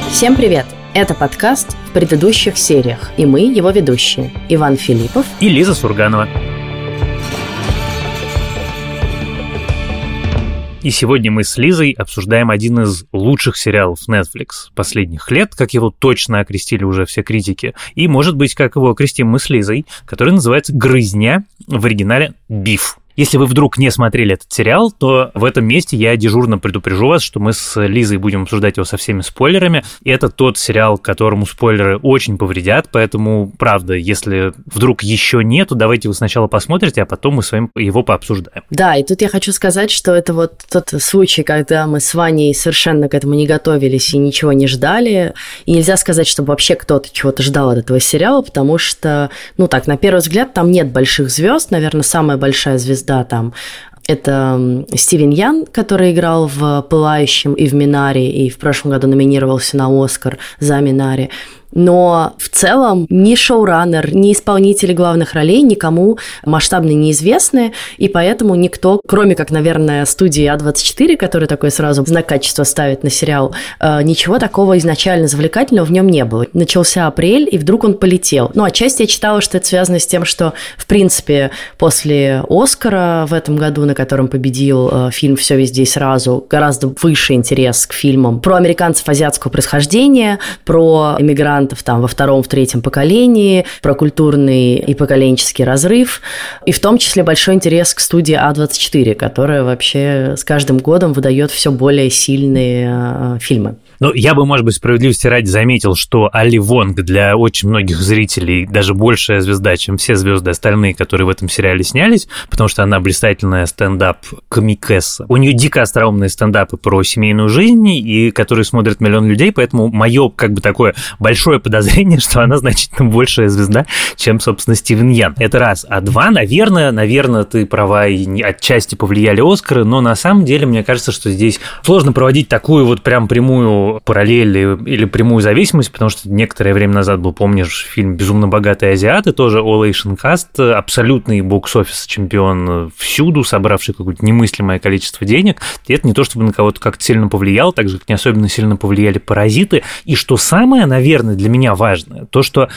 Всем привет! Это подкаст в предыдущих сериях, и мы, его ведущие, Иван Филиппов и Лиза Сурганова. И сегодня мы с Лизой обсуждаем один из лучших сериалов Netflix последних лет, как его точно окрестили уже все критики, и, может быть, как его окрестим мы с Лизой, который называется «Грызня», в оригинале «Биф». Если вы вдруг не смотрели этот сериал, то в этом месте я дежурно предупрежу вас, что мы с Лизой будем обсуждать его со всеми спойлерами. И это тот сериал, которому спойлеры очень повредят, поэтому, правда, если вдруг еще нету, давайте вы сначала посмотрите, а потом мы с вами его пообсуждаем. Да, и тут я хочу сказать, что это вот тот случай, когда мы с Ваней совершенно к этому не готовились и ничего не ждали. И нельзя сказать, чтобы вообще кто-то чего-то ждал от этого сериала, потому что, на первый взгляд, там нет больших звезд. Наверное, самая большая звезда там это Стивен Ян, который играл в «Пылающем» и в «Минаре», и в прошлом году номинировался на «Оскар» за «Минаре». Но в целом ни шоураннер, ни исполнители главных ролей никому масштабно неизвестны, и поэтому никто, кроме как, наверное, студии А24, которая такой сразу знак качества ставит на сериал, ничего такого изначально завлекательного в нем не было. Начался апрель, и вдруг он полетел. Отчасти я читала, что это связано с тем, что, в принципе, после «Оскара» в этом году, на котором победил фильм «Все везде и сразу», гораздо выше интерес к фильмам про американцев азиатского происхождения, про иммигрантов там во втором, в третьем поколении, про культурный и поколенческий разрыв, и в том числе большой интерес к студии А24, которая вообще с каждым годом выдает все более сильные фильмы. Я бы, может быть, справедливости ради заметил, что Али Вонг для очень многих зрителей даже большая звезда, чем все звезды остальные, которые в этом сериале снялись, потому что она блистательная стендап-комикесса. У нее дико остроумные стендапы про семейную жизнь, и которые смотрят миллион людей, поэтому мое такое большое подозрение, что она значительно большая звезда, чем, собственно, Стивен Ян. Это раз. А два, наверное, ты права, и отчасти повлияли Оскары, но на самом деле, мне кажется, что здесь сложно проводить такую вот прям прямую параллель или прямую зависимость, потому что некоторое время назад был, помнишь, фильм «Безумно богатые азиаты», тоже All Asian Cast, абсолютный бокс-офис чемпион всюду, собравший какое-то немыслимое количество денег. И это не то, чтобы на кого-то как-то сильно повлияло, так же, как не особенно сильно повлияли «Паразиты». И что самое, наверное, для меня важное, то, что,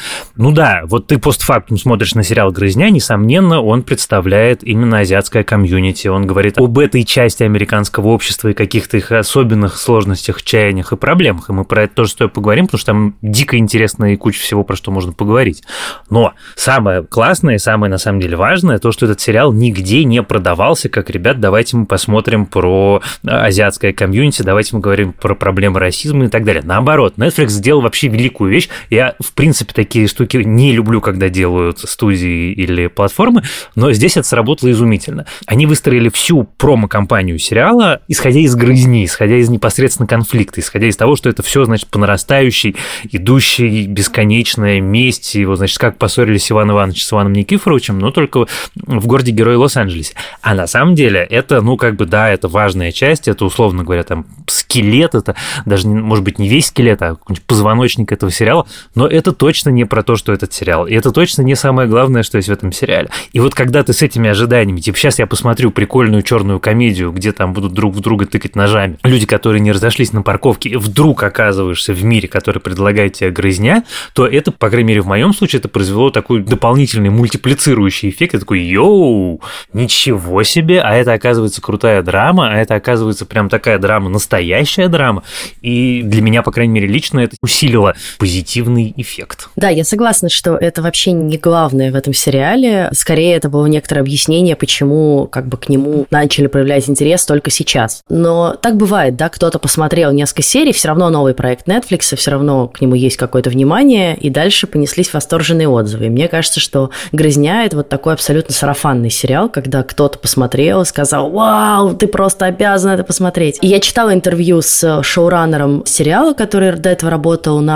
вот ты постфактум смотришь на сериал «Грызня», несомненно, он представляет именно азиатское комьюнити, он говорит об этой части американского общества и каких-то их особенных сложностях, чаяниях и проблемах, и мы про это тоже стоит поговорим, потому что там дико интересно и куча всего, про что можно поговорить. Но самое классное и самое, на самом деле, важное, то, что этот сериал нигде не продавался, как, ребят, давайте мы посмотрим про азиатское комьюнити, давайте мы говорим про проблемы расизма и так далее. Наоборот, Netflix сделал вообще великую вещь. Я, в принципе, такие штуки не люблю, когда делают студии или платформы, но здесь это сработало изумительно. Они выстроили всю промо-кампанию сериала, исходя из грызни, исходя из непосредственно конфликта, исходя из того, что это все, значит, по нарастающей, идущей бесконечная месть, его, значит, как поссорились Иван Иванович с Иваном Никифоровичем, но только в городе-герое Лос-Анджелесе. А на самом деле это, это важная часть, это, условно говоря, там, скелет, это даже, может быть, не весь скелет, а какой-нибудь позвоночник этого сериала, но это точно не про то, что этот сериал, и это точно не самое главное, что есть в этом сериале. И вот когда ты с этими ожиданиями, сейчас я посмотрю прикольную черную комедию, где там будут друг в друга тыкать ножами, люди, которые не разошлись на парковке, вдруг оказываешься в мире, который предлагает тебе «Грызня», то это, по крайней мере, в моем случае, это произвело такой дополнительный мультиплицирующий эффект. Я такой: йоу, ничего себе, а это, оказывается, крутая драма, а это, оказывается, прям такая драма, настоящая драма. И для меня, по крайней мере, лично это усилило позитивный эффект. Да, я согласна, что это вообще не главное в этом сериале. Скорее, это было некоторое объяснение, почему к нему начали проявлять интерес только сейчас. Но так бывает, да, кто-то посмотрел несколько серий, все равно новый проект Netflix, все равно к нему есть какое-то внимание, и дальше понеслись восторженные отзывы. И мне кажется, что «Грызня» — это вот такой абсолютно сарафанный сериал, когда кто-то посмотрел и сказал: «Вау, ты просто обязан это посмотреть». И я читала интервью с шоураннером сериала, который до этого работал над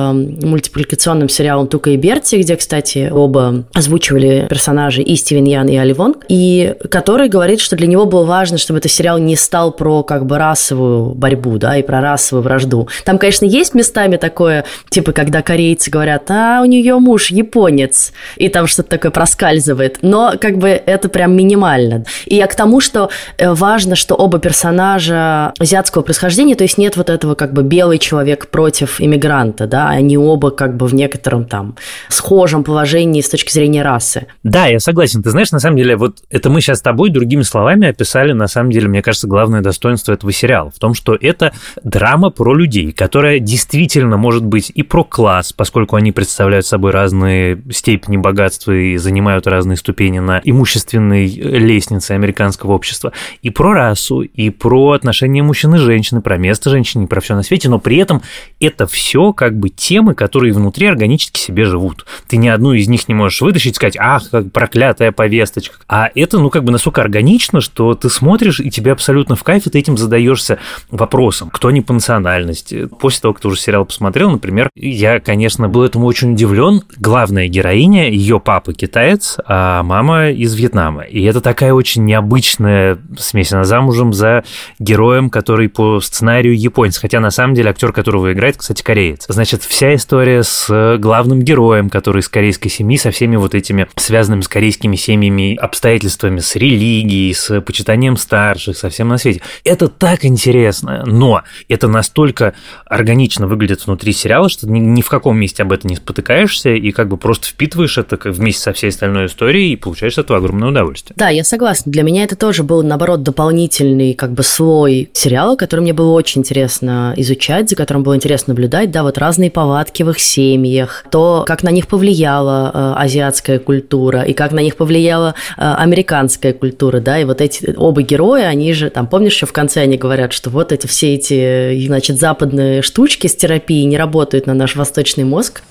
мультипликационным сериалом «Тука и Берти», где, кстати, оба озвучивали персонажей и Стивен Ян, и Али Вонг, и который говорит, что для него было важно, чтобы этот сериал не стал про как бы расовую борьбу, да, и про расовую вражду. Там, конечно, есть местами такое, типа, когда корейцы говорят: у нее муж японец, и там что-то такое проскальзывает, но как бы это прям минимально. И я к тому, что важно, что оба персонажа азиатского происхождения, то есть нет вот этого как бы белый человек против иммигранта, да, они оба как бы в некотором там схожем положении с точки зрения расы. Да, я согласен. Ты знаешь, на самом деле, вот это мы сейчас с тобой другими словами описали, на самом деле, мне кажется, главное достоинство этого сериала в том, что это драма про людей, которая действительно может быть и про класс, поскольку они представляют собой разные степени богатства и занимают разные ступени на имущественной лестнице американского общества, и про расу, и про отношения мужчин и женщины, про место женщины, про все на свете, но при этом это все как бы темы, которые внутри органически себе живут. Ты ни одну из них не можешь вытащить и сказать: ах, как проклятая повесточка. А это, ну, как бы настолько органично, что ты смотришь, и тебе абсолютно в кайф, и ты этим задаешься вопросом, кто они по национальности. После того, как ты уже сериал посмотрел, например, я, конечно, был этому очень удивлен. Главная героиня, ее папа китаец, а мама из Вьетнама. И это такая очень необычная смесь. Она замужем за героем, который по сценарию японец, хотя на самом деле актер, которого играет, кстати, кореец. Значит, вся история с главным героем, который из корейской семьи, со всеми вот этими связанными с корейскими семьями обстоятельствами, с религией, с почитанием старших, со всем на свете. Это так интересно, но это настолько органично выглядит внутри сериала, что ни в каком месте об этом не спотыкаешься и как бы просто впитываешь это вместе со всей остальной историей и получаешь от этого огромное удовольствие. Да, я согласна. Для меня это тоже был, наоборот, дополнительный как бы слой сериала, который мне было очень интересно изучать, за которым было интересно наблюдать, да, вот разные повадки в их семьях, то, как на них повлияла азиатская культура и как на них повлияла американская культура, да, и вот эти оба героя, они же, там, помнишь, еще в конце они говорят, что вот эти все эти, значит, западные штучки с терапией не работают на наш восточный мозг.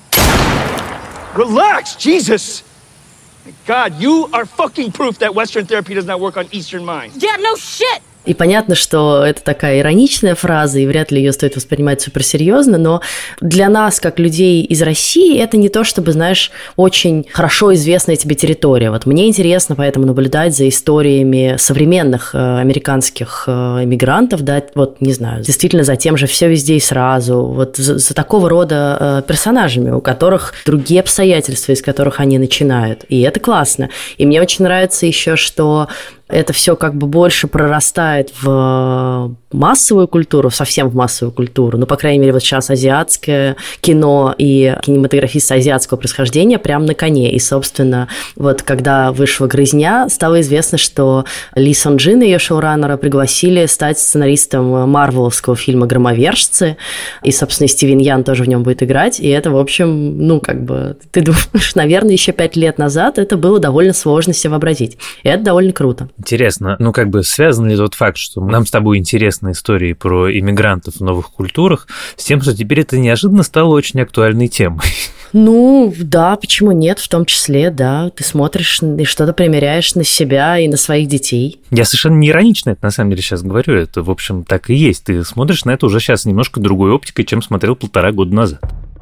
Relax, Jesus! God, you are fucking proof that Western therapy does not work on Eastern minds. Yeah, no shit! И понятно, что это такая ироничная фраза, и вряд ли ее стоит воспринимать суперсерьезно, но для нас, как людей из России, это не то, чтобы, знаешь, очень хорошо известная тебе территория. Вот мне интересно поэтому наблюдать за историями современных американских иммигрантов, да, вот, не знаю, действительно за тем же «Все везде и сразу», вот за такого рода персонажами, у которых другие обстоятельства, из которых они начинают. И это классно. И мне очень нравится еще, что это все как бы больше прорастает в массовую культуру, совсем в массовую культуру. Ну, по крайней мере, вот сейчас азиатское кино и кинематографисты азиатского происхождения прям на коне. И, собственно, вот когда вышла «Грызня», стало известно, что Ли Сон Джин, ее шоураннера, пригласили стать сценаристом марвеловского фильма «Громовержцы». И, собственно, Стивен Ян тоже в нем будет играть. И это, в общем, ну, как бы, ты думаешь, наверное, еще 5 лет назад это было довольно сложно себе вообразить. И это довольно круто. Интересно, ну как бы связан ли тот факт, что нам с тобой интересны истории про иммигрантов в новых культурах, с тем, что теперь это неожиданно стало очень актуальной темой? Ну, да, почему нет, в том числе, да. Ты смотришь и что-то примеряешь на себя и на своих детей. Я совершенно не иронично это на самом деле сейчас говорю, это, в общем, так и есть. Ты смотришь на это уже сейчас немножко другой оптикой, чем смотрел 1,5 года назад.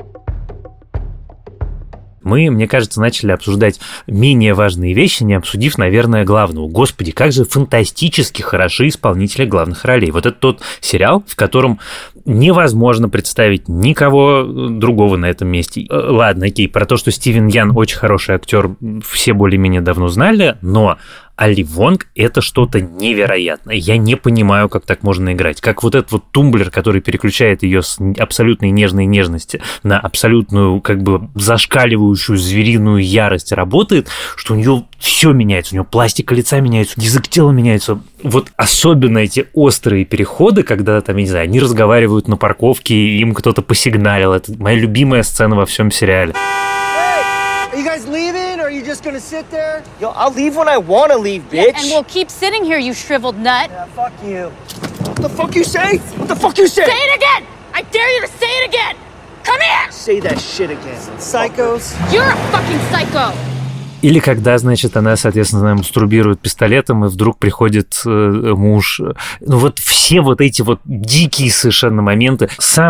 Мы, мне кажется, начали обсуждать менее важные вещи, не обсудив, наверное, главного. Господи, как же фантастически хороши исполнители главных ролей. Вот это тот сериал, в котором невозможно представить никого другого на этом месте. Ладно, окей, про то, что Стивен Ян очень хороший актер, все более-менее давно знали, но Али Вонг – это что-то невероятное. Я не понимаю, как так можно играть. Как вот этот вот тумблер, который переключает ее с абсолютной нежной нежности на абсолютную, как бы, зашкаливающую звериную ярость работает, что у нее все меняется. У нее пластика лица меняется, язык тела меняется. Вот особенно эти острые переходы, когда, там, я не знаю, они разговаривают на парковке, и им кто-то посигналил. Это моя любимая сцена во всем сериале. Are you guys leaving, or are you just gonna sit there? Yo, I'll leave when I wanna leave, bitch. Yeah, and we'll keep sitting here, you shriveled nut. Yeah, fuck you. What the fuck you say? What the fuck you say? Say it again! I dare you to say it again! Come here! Say that shit again. Psychos. You're a fucking psycho! Или когда, значит, она, соответственно, мастурбирует пистолетом, и вдруг приходит муж. Ну вот все вот эти вот дикие совершенно моменты. Самое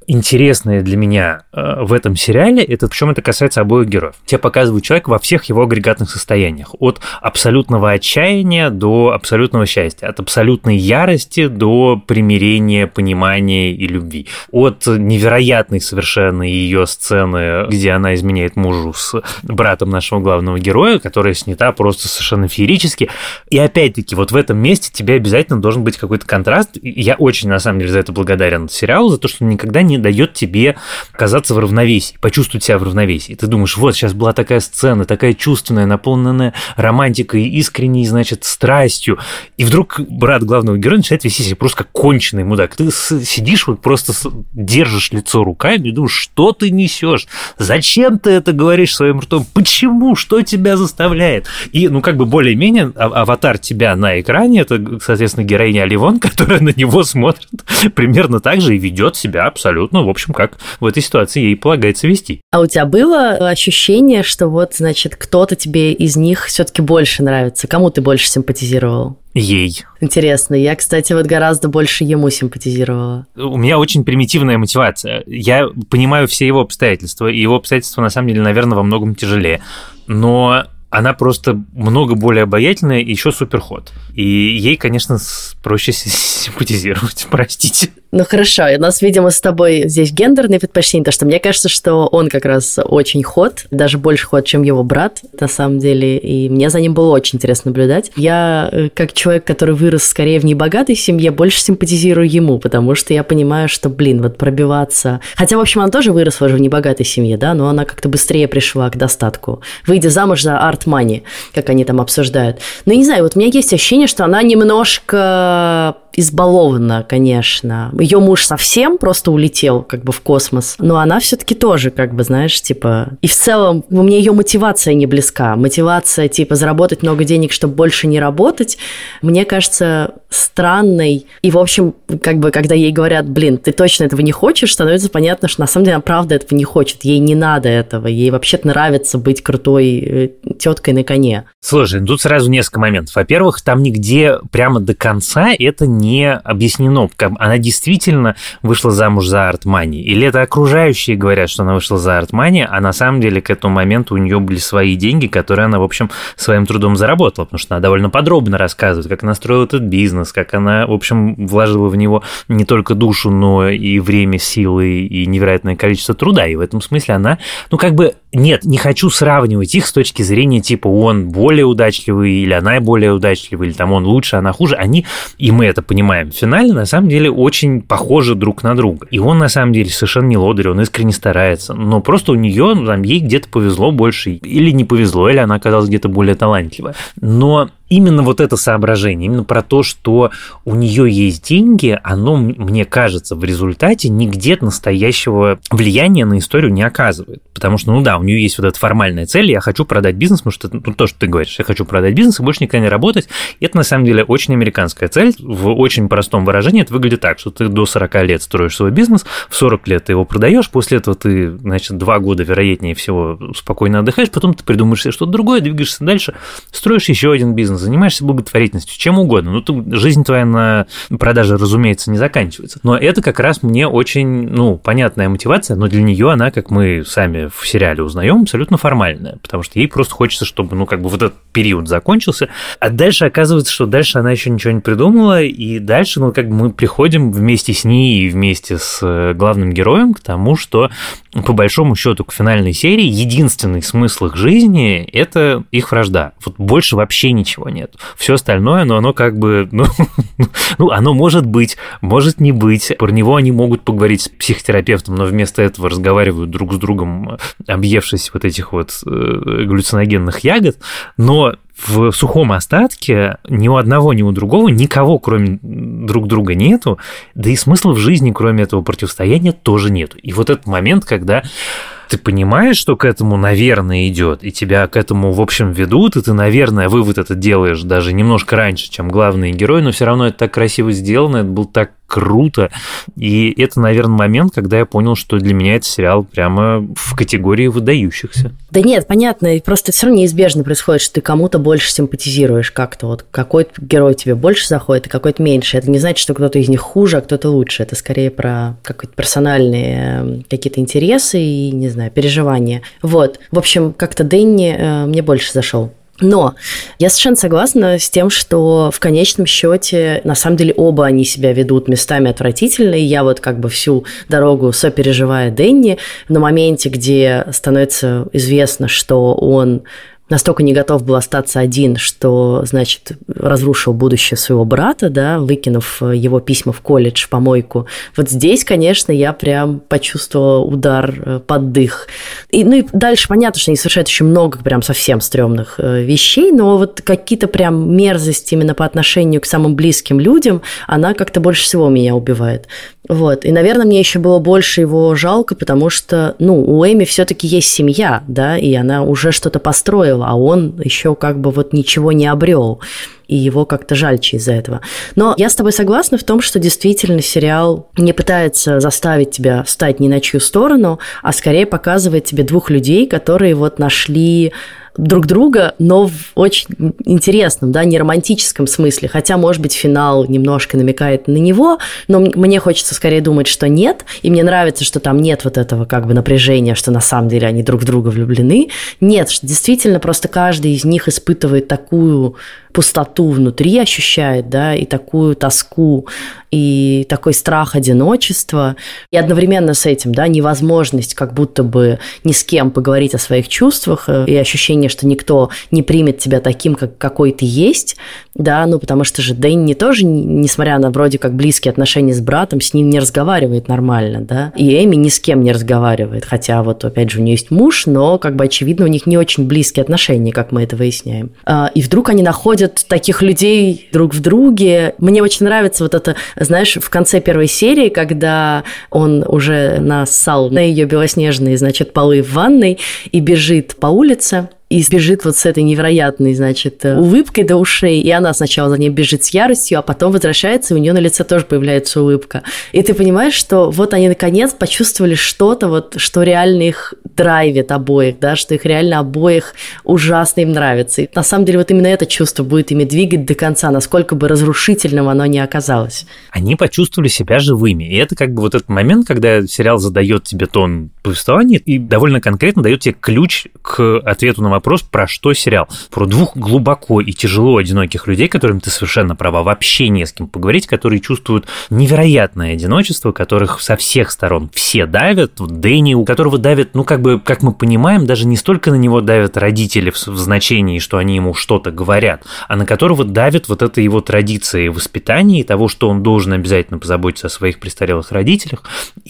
интересное для меня в этом сериале, это причем это касается обоих героев. Тебе показывают человека во всех его агрегатных состояниях. От абсолютного отчаяния до абсолютного счастья. От абсолютной ярости до примирения, понимания и любви. От невероятной совершенно ее сцены, где она изменяет мужу с братом нашего главного героя, которая снята просто совершенно феерически. И опять-таки, вот в этом месте тебе обязательно должен быть какой-то контраст. И я очень, на самом деле, за это благодарен сериалу, за то, что он никогда не дает тебе оказаться в равновесии, почувствовать себя в равновесии. Ты думаешь, вот сейчас была такая сцена, такая чувственная, наполненная романтикой, искренней, значит, страстью. И вдруг брат главного героя начинает вести себя просто как конченый мудак. Ты сидишь, вот просто держишь лицо руками и думаешь, что ты несешь? Зачем ты это говоришь своим ртом? Почему? Что тебя заставляет? И, ну, как бы более-менее аватар тебя на экране, это, соответственно, героиня Али Вонг, которая на него смотрит примерно так же и ведет себя абсолютно, в общем, как в этой ситуации ей полагается вести. А у тебя было ощущение, что вот, значит, кто-то тебе из них все-таки больше нравится? Кому ты больше симпатизировал? Ей. Интересно. Я, кстати, вот гораздо больше ему симпатизировала. У меня очень примитивная мотивация. Я понимаю все его обстоятельства, и его обстоятельства, на самом деле, наверное, во многом тяжелее. Но она просто много более обаятельная и еще суперход. И ей, конечно, проще симпатизировать, простите. Ну хорошо, у нас, видимо, с тобой здесь гендерные предпочтения, потому что мне кажется, что он как раз очень ход, даже больше ход, чем его брат, на самом деле, и мне за ним было очень интересно наблюдать. Я, как человек, который вырос скорее в небогатой семье, больше симпатизирую ему, потому что я понимаю, что, вот пробиваться... Хотя, в общем, она тоже выросла уже в небогатой семье, да, но она как-то быстрее пришла к достатку, выйдя замуж за арт-мани, как они там обсуждают. Но не знаю, вот у меня есть ощущение, что она немножко избалована, конечно. Ее муж совсем просто улетел как бы в космос, но она все-таки тоже, как бы, знаешь, типа... И в целом мне ее мотивация не близка. Мотивация, типа, заработать много денег, чтобы больше не работать, мне кажется странной. И, в общем, как бы, когда ей говорят, ты точно этого не хочешь, становится понятно, что на самом деле она правда этого не хочет. Ей не надо этого. Ей вообще-то нравится быть крутой теткой на коне. Слушай, тут сразу несколько моментов. Во-первых, там нигде прямо до конца это не объяснено. Она действительно вышла замуж за арт-мани. Или это окружающие говорят, что она вышла за арт-мани, а на самом деле к этому моменту у нее были свои деньги, которые она, в общем, своим трудом заработала, потому что она довольно подробно рассказывает, как она строила этот бизнес, как она, в общем, вложила в него не только душу, но и время, силы и невероятное количество труда. И в этом смысле она, нет, не хочу сравнивать их с точки зрения типа он более удачливый, или она более удачливая, или там он лучше, она хуже. Они, и мы это понимаем, финально на самом деле очень похожи друг на друга. И он на самом деле совершенно не лодырь, он искренне старается. Но просто у нее, ей где-то повезло больше, или не повезло, или она оказалась где-то более талантливая. Но именно вот это соображение, именно про то, что у нее есть деньги, оно, мне кажется, в результате нигде настоящего влияния на историю не оказывает. Потому что, у нее есть вот эта формальная цель, я хочу продать бизнес, потому что то, что ты говоришь, я хочу продать бизнес и больше никогда не работать. И это, на самом деле, очень американская цель. В очень простом выражении это выглядит так, что ты до 40 лет строишь свой бизнес, в 40 лет ты его продаешь, после этого ты, 2 года, вероятнее всего, спокойно отдыхаешь, потом ты придумаешь себе что-то другое, двигаешься дальше, строишь еще один бизнес, занимаешься благотворительностью, чем угодно. Жизнь твоя на продаже, разумеется, не заканчивается. Но это как раз мне очень, понятная мотивация, но для нее она, как мы сами в сериале узнаем, абсолютно формальная, потому что ей просто хочется, чтобы, вот этот период закончился, а дальше оказывается, что дальше она еще ничего не придумала, и дальше, мы приходим вместе с ней и вместе с главным героем к тому, что, по большому счету, к финальной серии единственный смысл их жизни – это их вражда. Вот больше вообще ничего нет. Все остальное, но оно оно может быть, может не быть. Про него они могут поговорить с психотерапевтом, но вместо этого разговаривают друг с другом, объевшись вот этих галлюциногенных ягод. Но в сухом остатке ни у одного, ни у другого никого, кроме друг друга, нету, да и смысла в жизни, кроме этого противостояния, тоже нету. И вот этот момент, когда ты понимаешь, что к этому, наверное, идет, и тебя к этому, в общем, ведут, и ты, наверное, вывод этот делаешь даже немножко раньше, чем главный герой, но все равно это так красиво сделано, это был так круто. И это, наверное, момент, когда я понял, что для меня этот сериал прямо в категории выдающихся. Да нет, понятно, просто все равно неизбежно происходит, что ты кому-то больше симпатизируешь как-то. Вот какой-то герой тебе больше заходит, а какой-то меньше. Это не значит, что кто-то из них хуже, а кто-то лучше. Это скорее про какие-то персональные какие-то интересы и, не знаю, переживания. Вот. В общем, как-то Дэнни мне больше зашел. Но я совершенно согласна с тем, что в конечном счете, на самом деле, оба они себя ведут местами отвратительно, и я вот как бы всю дорогу сопереживая Дэнни, на моменте, где становится известно, что он настолько не готов был остаться один, что, значит, разрушил будущее своего брата, да, выкинув его письма в колледж, в помойку. Вот здесь, конечно, я прям почувствовала удар под дых. И дальше понятно, что они совершают очень много прям совсем стрёмных вещей, но вот какие-то прям мерзости именно по отношению к самым близким людям, она как-то больше всего меня убивает. Вот. И, наверное, мне еще было больше его жалко, потому что, у Эми все-таки есть семья, да, и она уже что-то построила, а он еще как бы вот ничего не обрел, и его как-то жальче из-за этого. Но я с тобой согласна в том, что действительно сериал не пытается заставить тебя встать ни на чью сторону, а скорее показывает тебе двух людей, которые вот нашли друг друга, но в очень интересном, да, не романтическом смысле, хотя, может быть, финал немножко намекает на него, но мне хочется скорее думать, что нет, и мне нравится, что там нет вот этого как бы напряжения, что на самом деле они друг в друга влюблены. Нет, что действительно просто каждый из них испытывает такую пустоту внутри, ощущает, да, и такую тоску, и такой страх одиночества, и одновременно с этим, да, невозможность как будто бы ни с кем поговорить о своих чувствах, и ощущение, что никто не примет тебя таким, какой ты есть, да, потому что же Дэнни тоже, несмотря на вроде как близкие отношения с братом, с ним не разговаривает нормально, да, и Эми ни с кем не разговаривает, хотя вот опять же у нее есть муж, но как бы очевидно у них не очень близкие отношения, как мы это выясняем. И вдруг они находят таких людей друг в друге. Мне очень нравится вот это, знаешь, в конце первой серии, когда он уже нассал на ее белоснежные, значит, полы в ванной и бежит по улице, и бежит вот с этой невероятной, значит, улыбкой до ушей, и она сначала за ней бежит с яростью, а потом возвращается, и у нее на лице тоже появляется улыбка. И ты понимаешь, что вот они наконец почувствовали что-то, вот, что реально их драйвит обоих, да, что их реально обоих ужасно им нравится. И на самом деле вот именно это чувство будет ими двигать до конца, насколько бы разрушительным оно ни оказалось. Они почувствовали себя живыми, и это как бы вот этот момент, когда сериал задает тебе тон повествования и довольно конкретно дает тебе ключ к ответу на вопрос, про что сериал. Про двух глубоко и тяжело одиноких людей, которым ты совершенно права, вообще не с кем поговорить, которые чувствуют невероятное одиночество, которых со всех сторон все давят. Дэнни, у которого давят, как мы понимаем, даже не столько на него давят родители в значении, что они ему что-то говорят, а на которого давят вот эта его традиция воспитания и того, что он должен обязательно позаботиться о своих престарелых родителях.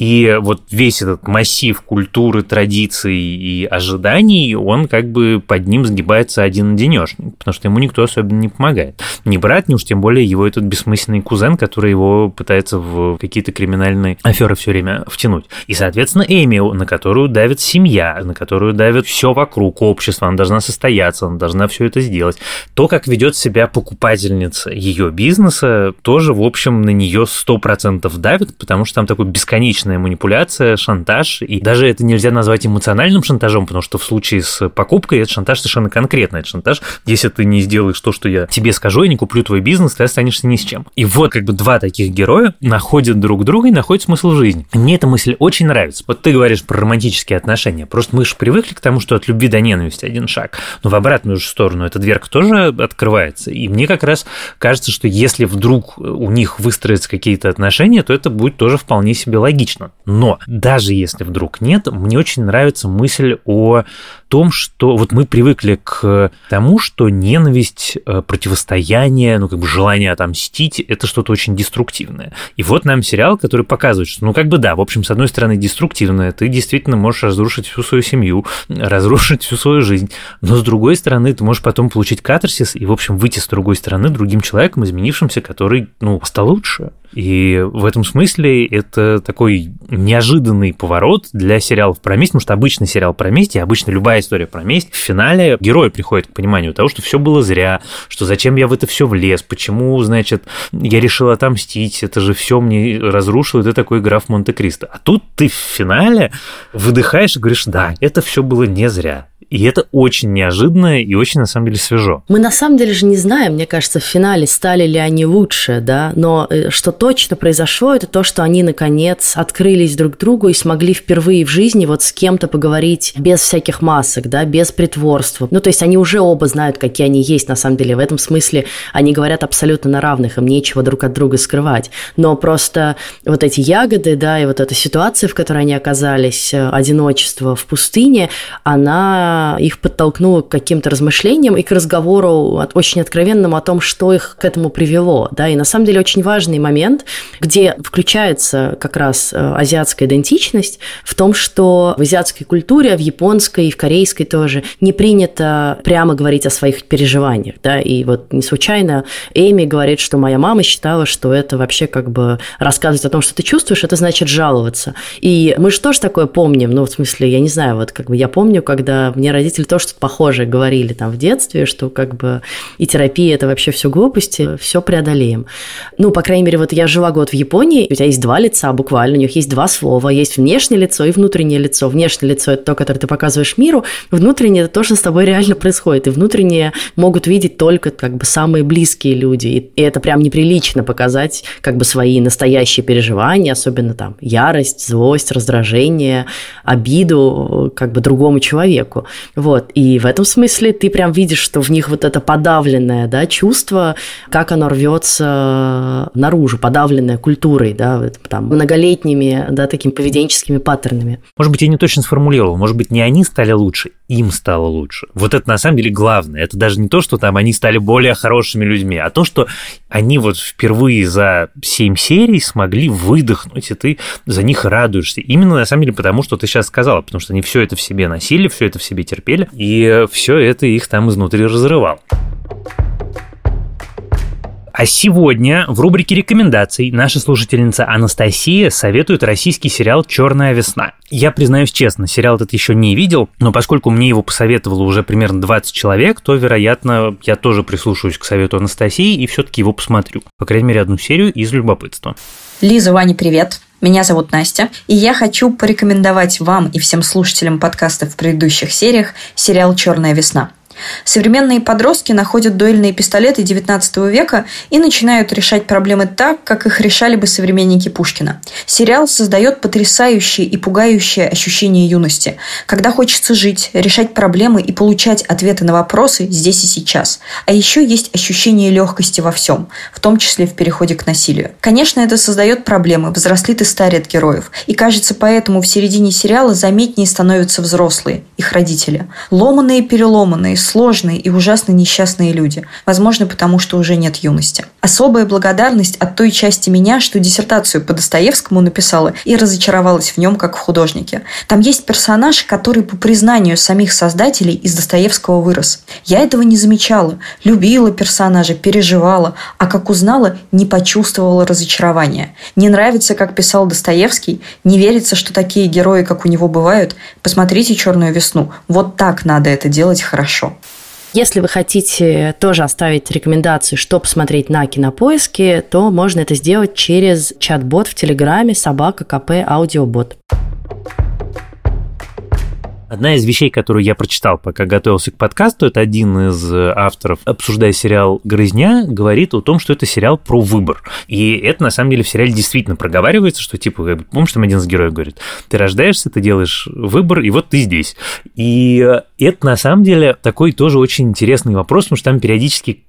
И вот весь этот массив культуры, традиций и ожиданий, он как бы под ним сгибается один-одинешник, потому что ему никто особенно не помогает. Ни брат, ни уж тем более его этот бессмысленный кузен, который его пытается в какие-то криминальные аферы все время втянуть. И, соответственно, Эми, на которую давит семья, на которую давит все вокруг, общество, она должна состояться, она должна все это сделать. То, как ведет себя покупательница ее бизнеса, тоже, в общем, на нее 100% давит, потому что там такая бесконечная манипуляция, шантаж, и даже это нельзя назвать эмоциональным шантажом, потому что в случае с покупкой это шантаж совершенно конкретный. Это шантаж, если ты не сделаешь то, что я тебе скажу, я не куплю твой бизнес, ты останешься ни с чем. И вот как бы два таких героя находят друг друга и находят смысл в жизни. Мне эта мысль очень нравится. Вот ты говоришь про романтические отношения. Просто мы же привыкли к тому, что от любви до ненависти один шаг. Но в обратную же сторону эта дверка тоже открывается. И мне как раз кажется, что если вдруг у них выстроятся какие-то отношения, то это будет тоже вполне себе логично. Но даже если вдруг нет, мне очень нравится мысль о том, что вот мы привыкли к тому, что ненависть, противостояние, желание отомстить – это что-то очень деструктивное. И вот нам сериал, который показывает, что, да, в общем, с одной стороны, деструктивное, ты действительно можешь разрушить разрушить всю свою семью, разрушить всю свою жизнь. Но, с другой стороны, ты можешь потом получить катарсис и, в общем, выйти с другой стороны другим человеком, изменившимся, который, стал лучше. И в этом смысле это такой неожиданный поворот для сериалов про месть, потому что обычный сериал про месть и обычно любая история про месть, в финале герой приходит к пониманию того, что все было зря, что зачем я в это все влез, почему, значит, я решил отомстить, это же все мне разрушило, это такой граф Монте-Кристо. А тут ты в финале выдыхаешь и говоришь, да, это все было не зря. И это очень неожиданно и очень, на самом деле, свежо. Мы на самом деле же не знаем, мне кажется, в финале стали ли они лучше, да, но что точно произошло, это то, что они, наконец, открылись друг другу и смогли впервые в жизни вот с кем-то поговорить без всяких масок, да, без притворства. То есть они уже оба знают, какие они есть, на самом деле. В этом смысле они говорят абсолютно на равных, им нечего друг от друга скрывать. Но просто вот эти ягоды, да, и вот эта ситуация, в которой они оказались, одиночество в пустыне, она их подтолкнула к каким-то размышлениям и к разговору очень откровенному о том, что их к этому привело. Да? И на самом деле очень важный момент, где включается как раз азиатская идентичность в том, что в азиатской культуре, в японской и в корейской тоже не принято прямо говорить о своих переживаниях. Да? И вот не случайно Эми говорит, что моя мама считала, что это вообще как бы рассказывать о том, что ты чувствуешь, это значит жаловаться. И мы же тоже такое помним. В смысле, я не знаю, вот как бы я помню, когда мне родители тоже что-то похожее говорили там в детстве, что как бы и терапия – это вообще все глупости, все преодолеем. По крайней мере, вот я жила год в Японии, у тебя есть два лица буквально, у них есть два слова, есть внешнее лицо и внутреннее лицо. Внешнее лицо – это то, которое ты показываешь миру, внутреннее – это то, что с тобой реально происходит, и внутреннее могут видеть только как бы самые близкие люди, и это прям неприлично показать как бы свои настоящие переживания, особенно там ярость, злость, раздражение, обиду как бы другому человеку. Вот. И в этом смысле ты прям видишь, что в них вот это подавленное, да, чувство, как оно рвется наружу, подавленное культурой, да, там, многолетними, да, такими поведенческими паттернами. Может быть, я не точно сформулировал, может быть, не они стали лучше, им стало лучше. Вот это на самом деле главное. Это даже не то, что там они стали более хорошими людьми, а то, что они вот впервые за 7 серий смогли выдохнуть, и ты за них радуешься. Именно на самом деле потому, что ты сейчас сказала, потому что они все это в себе носили, все это в себе терпели, и все это их там изнутри разрывало. А сегодня в рубрике рекомендаций наша слушательница Анастасия советует российский сериал «Черная весна». Я признаюсь честно, сериал этот еще не видел, но поскольку мне его посоветовало уже примерно 20 человек, то, вероятно, я тоже прислушаюсь к совету Анастасии и все-таки его посмотрю. По крайней мере, одну серию из любопытства. Лиза, Ваня, привет. Меня зовут Настя, и я хочу порекомендовать вам и всем слушателям подкастов в предыдущих сериях сериал «Черная весна». Современные подростки находят дуэльные пистолеты XIX века и начинают решать проблемы так, как их решали бы современники Пушкина. Сериал создает потрясающее и пугающее ощущение юности, когда хочется жить, решать проблемы и получать ответы на вопросы здесь и сейчас. А еще есть ощущение легкости во всем, в том числе в переходе к насилию. Конечно, это создает проблемы, взрослит и старят героев. И кажется, поэтому в середине сериала заметнее становятся взрослые, их родители. Ломаные, переломанные, сложные и ужасно несчастные люди. Возможно, потому что уже нет юности. Особая благодарность от той части меня, что диссертацию по Достоевскому написала и разочаровалась в нем как в художнике. Там есть персонаж, который по признанию самих создателей из Достоевского вырос. Я этого не замечала. Любила персонажа, переживала, а как узнала, не почувствовала разочарования. Не нравится, как писал Достоевский, не верится, что такие герои, как у него бывают. Посмотрите «Черную весну». Вот так надо это делать хорошо. Если вы хотите тоже оставить рекомендации, что посмотреть на Кинопоиске, то можно это сделать через чат-бот в Телеграме @КП-аудиобот. Одна из вещей, которую я прочитал, пока готовился к подкасту, это один из авторов, обсуждая сериал «Грызня», говорит о том, что это сериал про выбор. И это, на самом деле, в сериале действительно проговаривается, что, типа, помнишь, там один из героев говорит, ты рождаешься, ты делаешь выбор, и вот ты здесь. И это, на самом деле, такой тоже очень интересный вопрос, потому что там периодически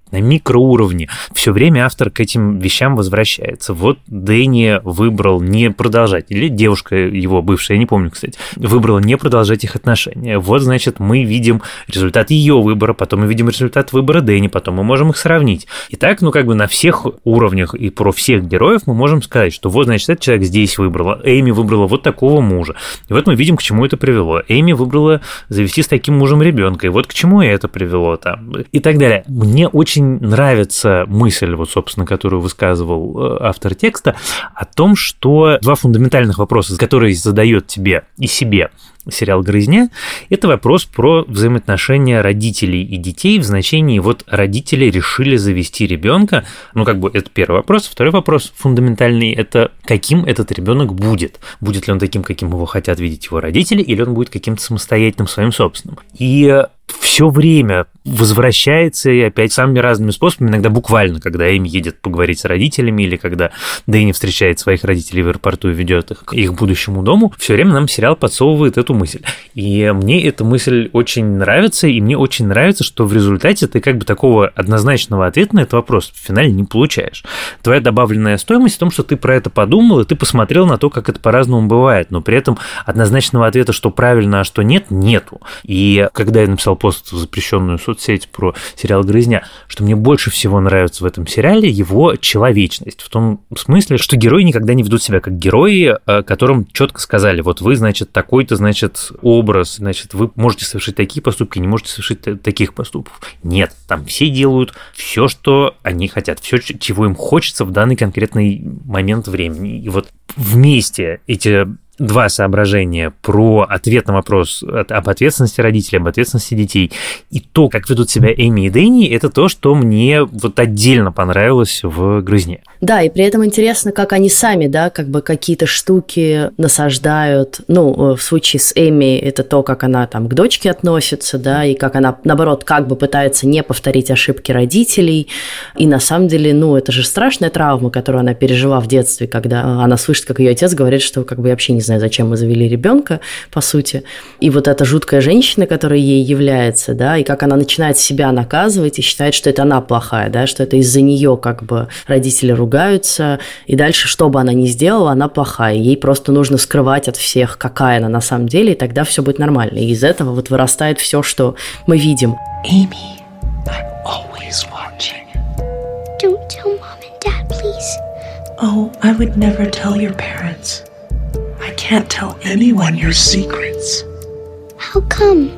на микроуровне. Все время автор к этим вещам возвращается. Вот Дэнни выбрал не продолжать, или девушка его бывшая, я не помню, кстати, выбрала не продолжать их отношения. Вот, значит, мы видим результат ее выбора, потом мы видим результат выбора Дэнни, потом мы можем их сравнить. И так, на всех уровнях и про всех героев мы можем сказать, что вот, значит, этот человек здесь выбрал, Эми выбрала вот такого мужа. И вот мы видим, к чему это привело. Эми выбрала завести с таким мужем ребенка, и вот к чему это привело там, и так далее. Мне очень нравится мысль, вот, собственно, которую высказывал автор текста, о том, что два фундаментальных вопроса, которые задает тебе и себе сериал «Грызня», это вопрос про взаимоотношения родителей и детей в значении вот родители решили завести ребенка. Это первый вопрос. Второй вопрос фундаментальный – это каким этот ребенок будет. Будет ли он таким, каким его хотят видеть его родители, или он будет каким-то самостоятельным, своим собственным. И все время возвращается и опять самыми разными способами, иногда буквально, когда Эми едет поговорить с родителями или когда Дэнни встречает своих родителей в аэропорту и ведет их к их будущему дому, все время нам сериал подсовывает эту мысль. И мне эта мысль очень нравится, и мне очень нравится, что в результате ты такого однозначного ответа на этот вопрос в финале не получаешь. Твоя добавленная стоимость в том, что ты про это подумал, и ты посмотрел на то, как это по-разному бывает, но при этом однозначного ответа, что правильно, а что нет, нету. И когда я написал пост в запрещенную соцсеть про сериал «Грызня», что мне больше всего нравится в этом сериале его человечность. В том смысле, что герои никогда не ведут себя как герои, которым четко сказали, вот вы, значит, такой-то, значит, образ, значит, вы можете совершить такие поступки, не можете совершить таких поступков. Нет, там все делают все, что они хотят, все, чего им хочется в данный конкретный момент времени. И вот вместе эти два соображения про ответ на вопрос об ответственности родителей, об ответственности детей, и то, как ведут себя Эми и Дэнни, это то, что мне вот отдельно понравилось в «Грызне». Да, и при этом интересно, как они сами, какие-то штуки насаждают. В случае с Эми это то, как она там к дочке относится, да, и как она, наоборот, пытается не повторить ошибки родителей. И на самом деле, это же страшная травма, которую она пережила в детстве, когда она слышит, как ее отец говорит, что я вообще не знаю, зачем мы завели ребенка, по сути. И вот эта жуткая женщина, которая ей является, да, и как она начинает себя наказывать и считает, что это она плохая, да, что это из-за нее родители ругаются, и дальше, что бы она ни сделала, она плохая. Ей просто нужно скрывать от всех, какая она на самом деле, и тогда все будет нормально. И из этого вырастает все, что мы видим. Amy, I'm always watching. Don't tell Mom and Dad, please. Oh, I would never tell your parents. I can't tell anyone your secrets. How come?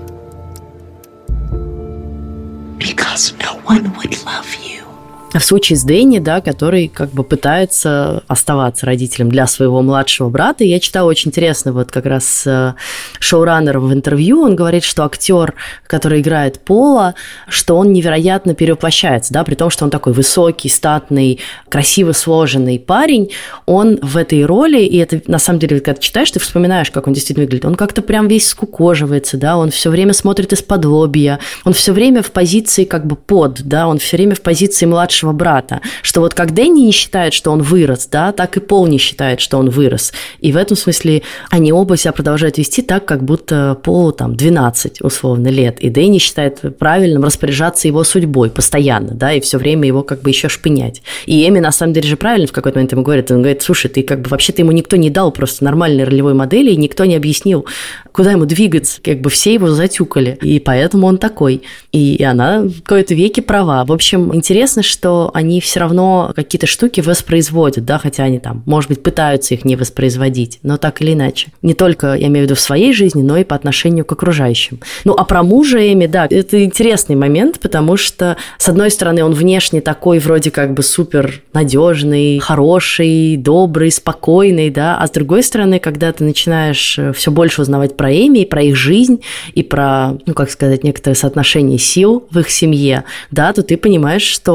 Because no one would love you. В случае с Дэнни, да, который пытается оставаться родителем для своего младшего брата, я читала очень интересно, как раз шоураннер в интервью, он говорит, что актер, который играет Пола, что он невероятно перевоплощается, да, при том, что он такой высокий, статный, красиво сложенный парень, он в этой роли, и это на самом деле, когда ты читаешь, ты вспоминаешь, как он действительно выглядит, он как-то прям весь скукоживается, да, он все время смотрит из-под лобья, он все время в позиции да, он все время в позиции младшего брата, что как Дэнни не считает, что он вырос, да, так и Пол не считает, что он вырос. И в этом смысле они оба себя продолжают вести так, как будто Полу 12 условно лет, и Дэнни считает правильным распоряжаться его судьбой постоянно, да, и все время его еще шпынять. И Эми на самом деле же правильно в какой-то момент ему говорит, он говорит, слушай, ты вообще-то ему никто не дал просто нормальной ролевой модели, и никто не объяснил, куда ему двигаться, все его затюкали, и поэтому он такой. И она в какой-то веке права. В общем, интересно, что они все равно какие-то штуки воспроизводят, да, хотя они может быть, пытаются их не воспроизводить, но так или иначе. Не только, я имею в виду, в своей жизни, но и по отношению к окружающим. А про мужа Эми, да, это интересный момент, потому что, с одной стороны, он внешне такой вроде супер надежный, хороший, добрый, спокойный, да, а с другой стороны, когда ты начинаешь все больше узнавать про Эми, и про их жизнь, и про, некоторое соотношение сил в их семье, да, то ты понимаешь, что, в общем,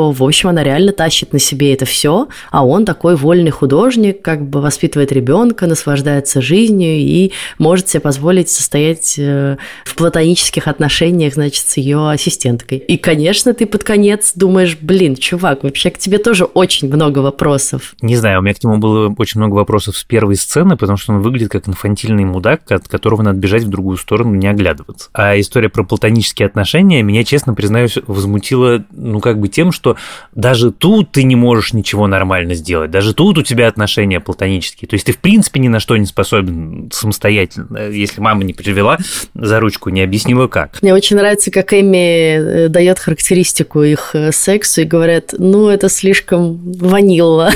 общем, она реально тащит на себе это все, а он такой вольный художник, как бы воспитывает ребенка, наслаждается жизнью и может себе позволить состоять в платонических отношениях, значит, с ее ассистенткой. И, конечно, ты под конец думаешь, блин, чувак, вообще к тебе тоже очень много вопросов. Не знаю, у меня к нему было очень много вопросов с первой сцены, потому что он выглядит как инфантильный мудак, от которого надо бежать в другую сторону, не оглядываться. А история про платонические отношения меня, честно признаюсь, возмутила, тем, что даже тут ты не можешь ничего нормально сделать, даже тут у тебя отношения платонические. То есть ты, в принципе, ни на что не способен самостоятельно, если мама не привела за ручку, не объяснила как. Мне очень нравится, как Эми дает характеристику их сексу и говорят, это слишком ванилла.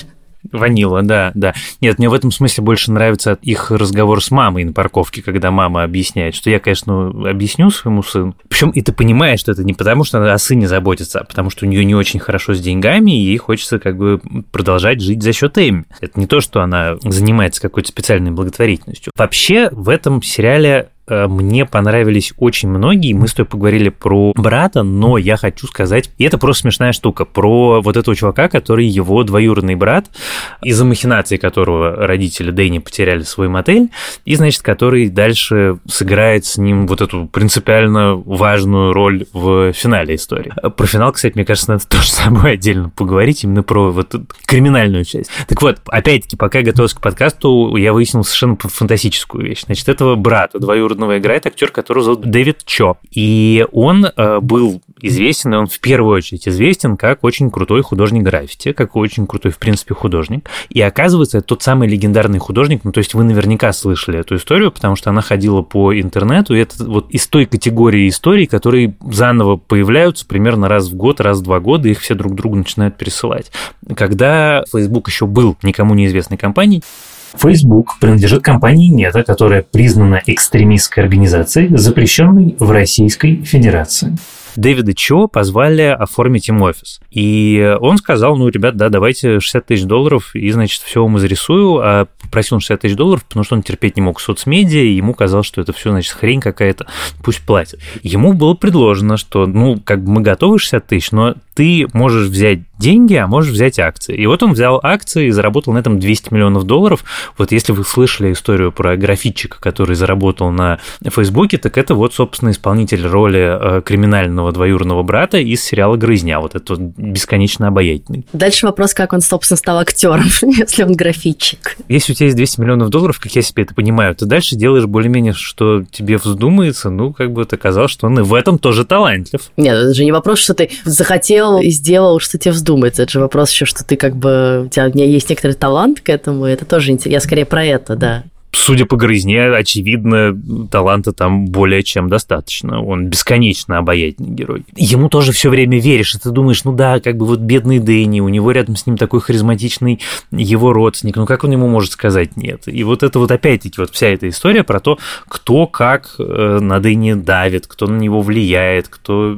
Ванила, да. Нет, мне в этом смысле больше нравится их разговор с мамой на парковке, когда мама объясняет, что я, конечно, объясню своему сыну. Причем и ты понимаешь, что это не потому, что она о сыне заботится, а потому что у нее не очень хорошо с деньгами, и ей хочется продолжать жить за счет Эми. Это не то, что она занимается какой-то специальной благотворительностью. Вообще в этом сериале мне понравились очень многие. Мы с тобой поговорили про брата, но я хочу сказать, и это просто смешная штука, про вот этого чувака, который его двоюродный брат, из-за махинации которого родители Дэнни потеряли свой мотель, и, значит, который дальше сыграет с ним вот эту принципиально важную роль в финале истории. Про финал, кстати, мне кажется, надо тоже с собой отдельно поговорить, именно про вот криминальную часть. Так вот, опять-таки, пока я готовился к подкасту, я выяснил совершенно фантастическую вещь. Значит, этого брата двоюродного играет актер, которого зовут Дэвид Чо. И он был известен, и он в первую очередь известен как очень крутой художник граффити, как очень крутой, в принципе, художник. И оказывается, это тот самый легендарный художник, то есть вы наверняка слышали эту историю, потому что она ходила по интернету, и это вот из той категории историй, которые заново появляются примерно раз в год, раз в 2 года, и их все друг другу начинают пересылать. Когда Facebook еще был никому неизвестной компанией, Facebook принадлежит компании Meta, которая признана экстремистской организацией, запрещенной в Российской Федерации. Дэвида Чо позвали оформить им офис. И он сказал, ребят, давайте $60 тысяч, и, значит, все вам изрисую. А попросил он $60 тысяч, потому что он терпеть не мог соцмедиа, и ему казалось, что это все, значит, хрень какая-то, пусть платят. Ему было предложено, что, мы готовы 60 тысяч, но ты можешь взять деньги, а можешь взять акции. И вот он взял акции и заработал на этом $200 миллионов. Вот если вы слышали историю про граффитчика, который заработал на Фейсбуке, так это вот, собственно, исполнитель роли криминального двоюродного брата из сериала «Грызня». Вот это вот бесконечно обаятельный. Дальше вопрос, как он, собственно, стал актером, если он граффитчик. Если у тебя есть $200 миллионов, как я себе это понимаю, ты дальше делаешь более-менее, что тебе вздумается, ты оказалось, что он и в этом тоже талантлив. Нет, это же не вопрос, что ты захотел и сделал, что тебе вздумается. Это же вопрос еще, что ты у тебя есть некоторый талант к этому, и это тоже интересно. Я скорее про это, да. Судя по «Грызне», очевидно, таланта там более чем достаточно. Он бесконечно обаятельный герой. Ему тоже все время веришь, и ты думаешь, бедный Дэнни, у него рядом с ним такой харизматичный его родственник, как он ему может сказать нет? И вот это вот опять-таки вся эта история про то, кто как на Дэнни давит, кто на него влияет, кто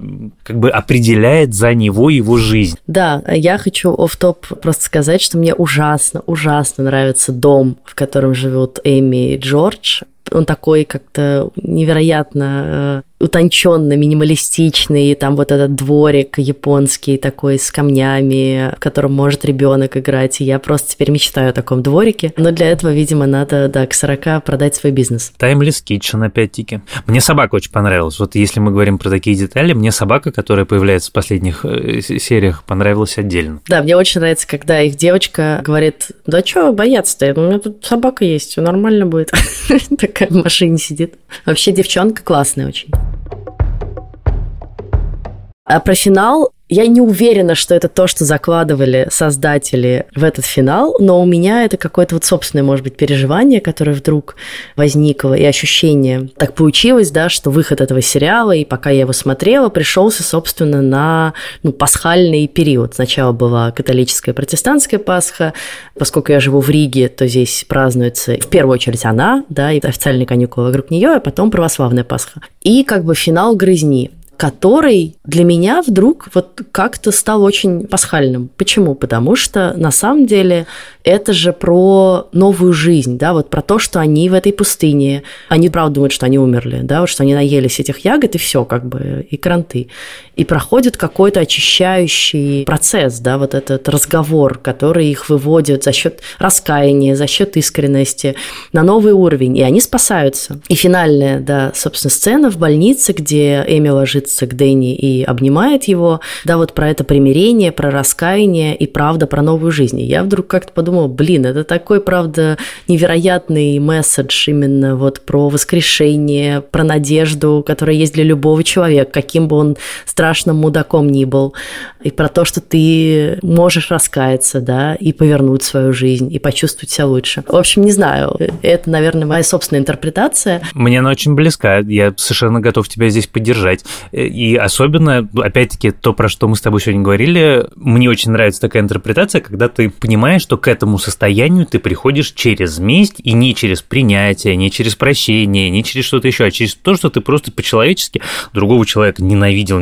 определяет за него его жизнь. Да, я хочу офф-топ просто сказать, что мне ужасно нравится дом, в котором живет Эми и Джордж. Он такой как-то невероятно утонченно, минималистичный, и там вот этот дворик японский такой с камнями, в котором может ребенок играть, и я просто теперь мечтаю о таком дворике, но для этого, видимо, надо, к 40 продать свой бизнес. Timeless Kitchen, опять-таки. Мне собака очень понравилась. Вот если мы говорим про такие детали, мне собака, которая появляется в последних сериях, понравилась отдельно. Да, мне очень нравится, когда их девочка говорит, да что бояться-то, у меня тут собака есть, все нормально будет. Такая в машине сидит. Вообще девчонка классная очень. А про финал я не уверена, что это то, что закладывали создатели в этот финал, но у меня это какое-то собственное, может быть, переживание, которое вдруг возникло, и ощущение. Так получилось, что выход этого сериала, и пока я его смотрела, пришелся, собственно, на пасхальный период. Сначала была католическая протестантская Пасха. Поскольку я живу в Риге, то здесь празднуется в первую очередь она, и официальные каникулы вокруг нее, а потом православная Пасха. И финал «Грызни». который для меня вдруг вот как-то стал очень пасхальным. Почему? Потому что на самом деле это же про новую жизнь, да, вот про то, что они в этой пустыне, они правда думают, что они умерли, да, вот что они наелись этих ягод и все, как бы, и кранты. И проходит какой-то очищающий процесс, да, вот этот разговор, который их выводит за счет раскаяния, за счет искренности на новый уровень, и они спасаются. И финальная, да, собственно, сцена в больнице, где Эми ложится к Дэнни и обнимает его, да, вот про это примирение, про раскаяние и, правда, про новую жизнь. И я вдруг как-то подумала, это такой, правда, невероятный месседж именно вот про воскрешение, про надежду, которая есть для любого человека, каким бы он страшным мудаком ни был, и про то, что ты можешь раскаяться, да, и повернуть свою жизнь, и почувствовать себя лучше. В общем, не знаю, это, наверное, моя собственная интерпретация. Мне она очень близка, я совершенно готов тебя здесь поддержать. И особенно, опять-таки, то, про что мы с тобой сегодня говорили, мне очень нравится такая интерпретация, когда ты понимаешь, что к этому состоянию ты приходишь через месть, и не через принятие, не через прощение, не через что-то еще, а через то, что ты просто по-человечески другого человека ненавидел,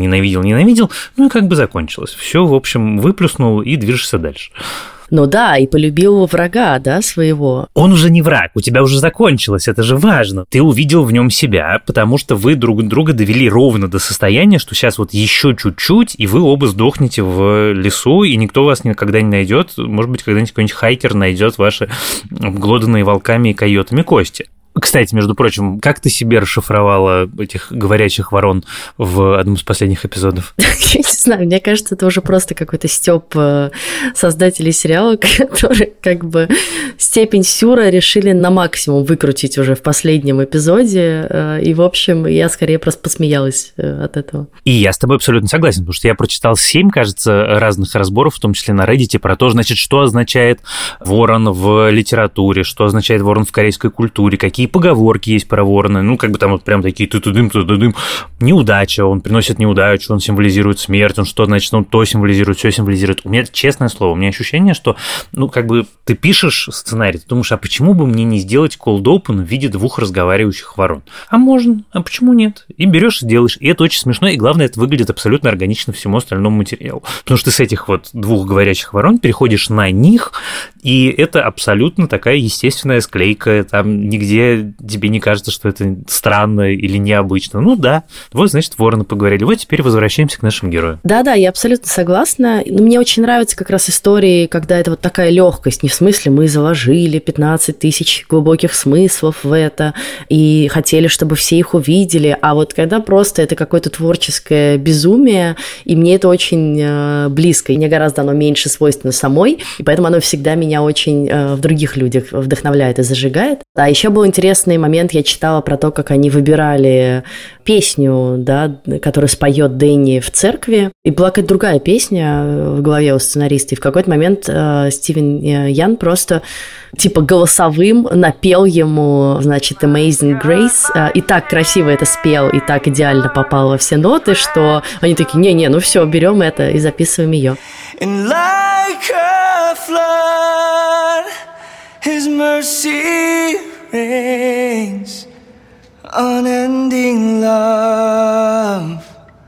ну и как бы закончилось. Все, в общем, выплюснул и движешься дальше. Ну да, и полюбил врага, да, своего. Он уже не враг, у тебя уже закончилось, это же важно. Ты увидел в нем себя, потому что вы друг друга довели ровно до состояния, что сейчас вот еще чуть-чуть, и вы оба сдохнете в лесу, и никто вас никогда не найдет. Может быть, когда-нибудь какой-нибудь хайкер найдет ваши обглоданные волками и койотами кости. Кстати, между прочим, как ты себе расшифровала этих говорящих ворон в одном из последних эпизодов? Я не знаю, мне кажется, это уже просто какой-то стёб создателей сериала, которые как бы степень сюра решили на максимум выкрутить уже в последнем эпизоде, и, в общем, я скорее просто посмеялась от этого. И я с тобой абсолютно согласен, потому что я прочитал 7, кажется, разных разборов, в том числе на Reddit, про то, значит, что означает ворон в литературе, что означает ворон в корейской культуре, какие поговорки есть про ворона, ну, как бы там вот прям такие ту-ту-дым, неудача, он приносит неудачу, он символизирует смерть, он что, значит, он то символизирует, все символизирует. У меня, честное слово, у меня ощущение, что, ну, как бы ты пишешь сценарий, ты думаешь, а почему бы мне не сделать cold open в виде 2 разговаривающих ворон? А можно, а почему нет? И берешь и делаешь, и это очень смешно, и главное, это выглядит абсолютно органично всему остальному материалу. Потому что ты с этих вот 2 говорящих ворон переходишь на них, и это абсолютно такая естественная склейка, там нигде тебе не кажется, что это странно или необычно. Ну да, вот, значит, вороны поговорили. Вот теперь возвращаемся к нашим героям. Да-да, я абсолютно согласна. Но мне очень нравятся как раз истории, когда это вот такая легкость, не в смысле мы заложили 15 тысяч глубоких смыслов в это и хотели, чтобы все их увидели, а вот когда просто это какое-то творческое безумие, и мне это очень близко, и мне гораздо оно меньше свойственно самой, и поэтому оно всегда меня очень в других людях вдохновляет и зажигает. А еще был интересный момент, я читала про то, как они выбирали песню, да, которую споет Дэнни в церкви, и была какая-то другая песня в голове у сценариста, и в какой-то момент Стивен Ян просто типа голосовым напел ему, значит, Amazing Grace, и так красиво это спел, и так идеально попал во все ноты, что они такие, не-не, ну все, берем это и записываем ее. His mercy reigns, unending love,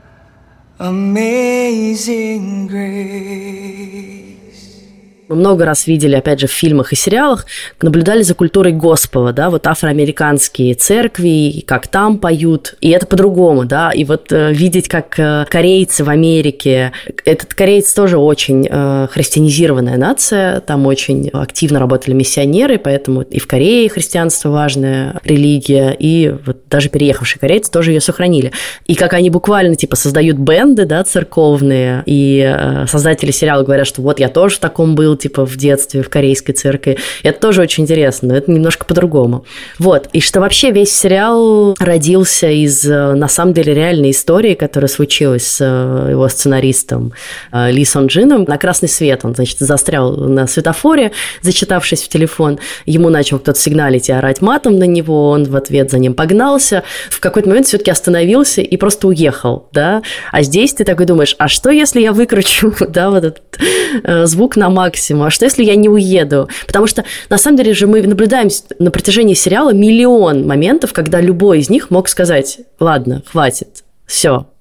amazing grace. Мы много раз видели, опять же, в фильмах и сериалах, наблюдали за культурой госпела, да, вот афроамериканские церкви, как там поют, и это по-другому, да, и вот видеть, как корейцы в Америке, этот кореец тоже очень христианизированная нация, там очень активно работали миссионеры, поэтому и в Корее христианство важная религия, и вот даже переехавшие корейцы тоже ее сохранили. И как они буквально, типа, создают бенды, да, церковные, и создатели сериала говорят, что вот я тоже в таком был, типа, в детстве, в корейской церкви. Это тоже очень интересно, но это немножко по-другому. Вот. И что вообще весь сериал родился из, на самом деле, реальной истории, которая случилась с его сценаристом Ли Сон Джином. На красный свет он, значит, застрял на светофоре, зачитавшись в телефон. Ему начал кто-то сигналить и орать матом на него, он в ответ за ним погнался. В какой-то момент все-таки остановился и просто уехал, да. А здесь ты такой думаешь, а что, если я выкручу, да, вот этот звук на максимум? А что, если я не уеду? Потому что, на самом деле же, мы наблюдаем на протяжении сериала миллион моментов, когда любой из них мог сказать, ладно, хватит, все,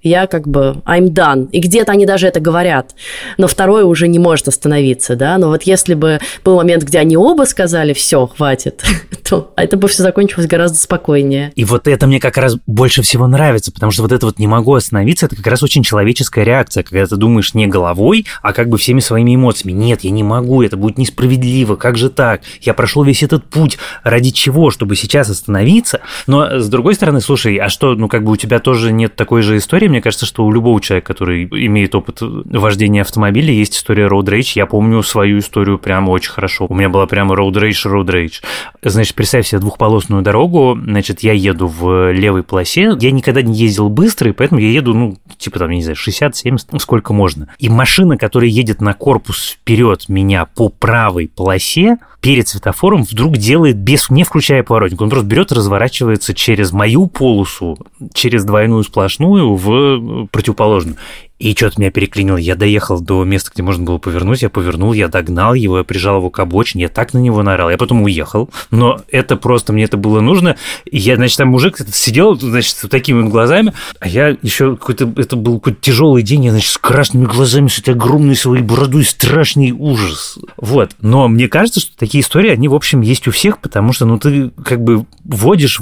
я как бы I'm done. И где-то они даже это говорят. Но второй уже не может остановиться, да. Но вот если бы был момент, где они оба сказали «все, хватит», то это бы все закончилось гораздо спокойнее. И вот это мне как раз больше всего нравится, потому что вот это вот «не могу остановиться» — это как раз очень человеческая реакция, когда ты думаешь не головой, а как бы всеми своими эмоциями. Нет, я не могу, это будет несправедливо, как же так? Я прошел весь этот путь, ради чего? Чтобы сейчас остановиться? Но, с другой стороны, слушай, а что, ну, как бы у тебя тоже нет такой же истории? Мне кажется, что у любого человека, который имеет опыт вождения автомобиля, есть история road rage. Я помню свою историю прямо очень хорошо. У меня была прямо road rage. Значит, представь себе двухполосную дорогу, значит, я еду в левой полосе, я никогда не ездил быстро, и поэтому я еду, ну, типа там, я не знаю, 60-70, сколько можно. И машина, которая едет на корпус вперед меня по правой полосе, перед светофором вдруг делает, не включая поворотник, он просто берет и разворачивается через мою полосу, через двойную сплошную в противоположную. И что-то меня переклинило. Я доехал до места, где можно было повернуть, я повернул, я догнал его, я прижал его к обочине, я так на него наорал. Я потом уехал, но это просто, мне это было нужно. И я, значит, там мужик сидел, значит, с такими вот глазами, а я еще какой-то, это был какой-то тяжелый день, я, значит, с красными глазами, с этой огромной своей бородой, страшный ужас. Вот. Но мне кажется, что такие истории, они, в общем, есть у всех, потому что, ну, ты как бы водишь,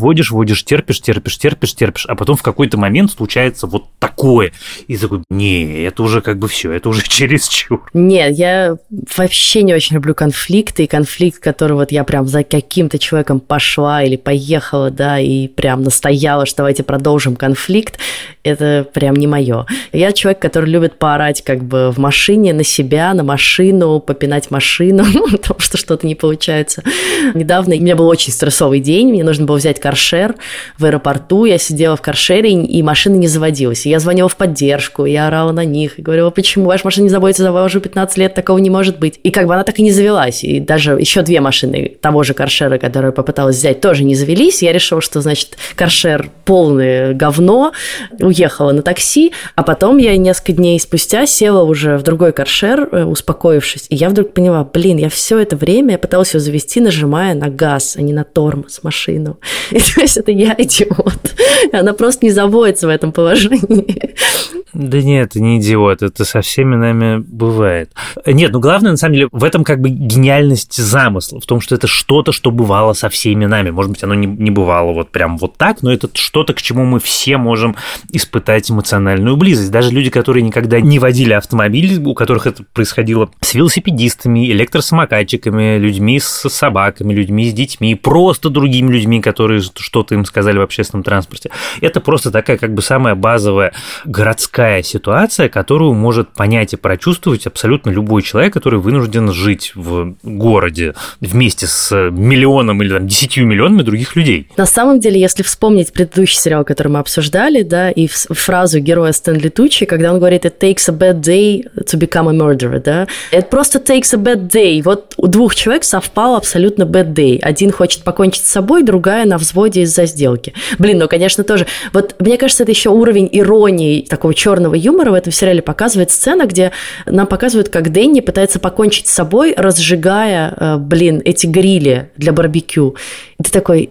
терпишь, а потом в какой-то момент случается вот такое. И такой, не, это уже как бы все, это уже чересчур. Нет, я вообще не очень люблю конфликты, и конфликт, который вот я прям за каким-то человеком пошла или поехала, да, и прям настояла, что давайте продолжим конфликт, это прям не мое. Я человек, который любит поорать как бы в машине на себя, на машину, попинать машину, потому что что-то не получается. Недавно у меня был очень стрессовый день, мне нужно было взять каршер в аэропорту, я сидела в каршере, и машина не заводилась. И я звонила в поддержку, я орала на них, и говорила, почему ваша машина не заводится, я вожу 15 лет, такого не может быть. И как бы она так и не завелась. И даже еще 2 машины того же каршера, которые попыталась взять, тоже не завелись. Я решила, что, значит, каршер полное говно, уехала на такси, а потом я несколько дней спустя села уже в другой каршер, успокоившись, и я вдруг поняла, я все это время я пыталась ее завести, нажимая на газ, а не на тормоз машину. И то есть это я идиот. Она просто не заводится в этом положении. Да нет, ты не идиот, это со всеми нами бывает. Нет, ну главное, на самом деле, в этом как бы гениальность замысла, в том, что это что-то, что бывало со всеми нами. Может быть, оно не бывало вот прям вот так, но это что-то, к чему мы все можем испытать эмоциональную близость. Даже люди, которые никогда не водили автомобиль, у которых это происходило с велосипедистами, электросамокатчиками, людьми с собаками, людьми с детьми, просто другими людьми, которые что-то им сказали в общественном транспорте. Это просто такая как бы самая базовая городская ситуация, которую может понять и прочувствовать абсолютно любой человек, который вынужден жить в городе вместе с миллионом или там 10 миллионами других людей. На самом деле, если вспомнить предыдущий сериал, который мы обсуждали, да, и фразу героя Стэнли Туччи, когда он говорит «It takes a bad day to become a murderer», да, это просто takes a bad day. Вот у 2 человек совпал абсолютно bad day. Один хочет покончить с собой, другая на взводе из-за сделки. Ну, конечно, тоже. Вот мне кажется, это еще уровень иронии, такого черного юмора в этом сериале показывает сцена, где нам показывают, как Дэнни пытается покончить с собой, разжигая, эти грили для барбекю. И ты такой...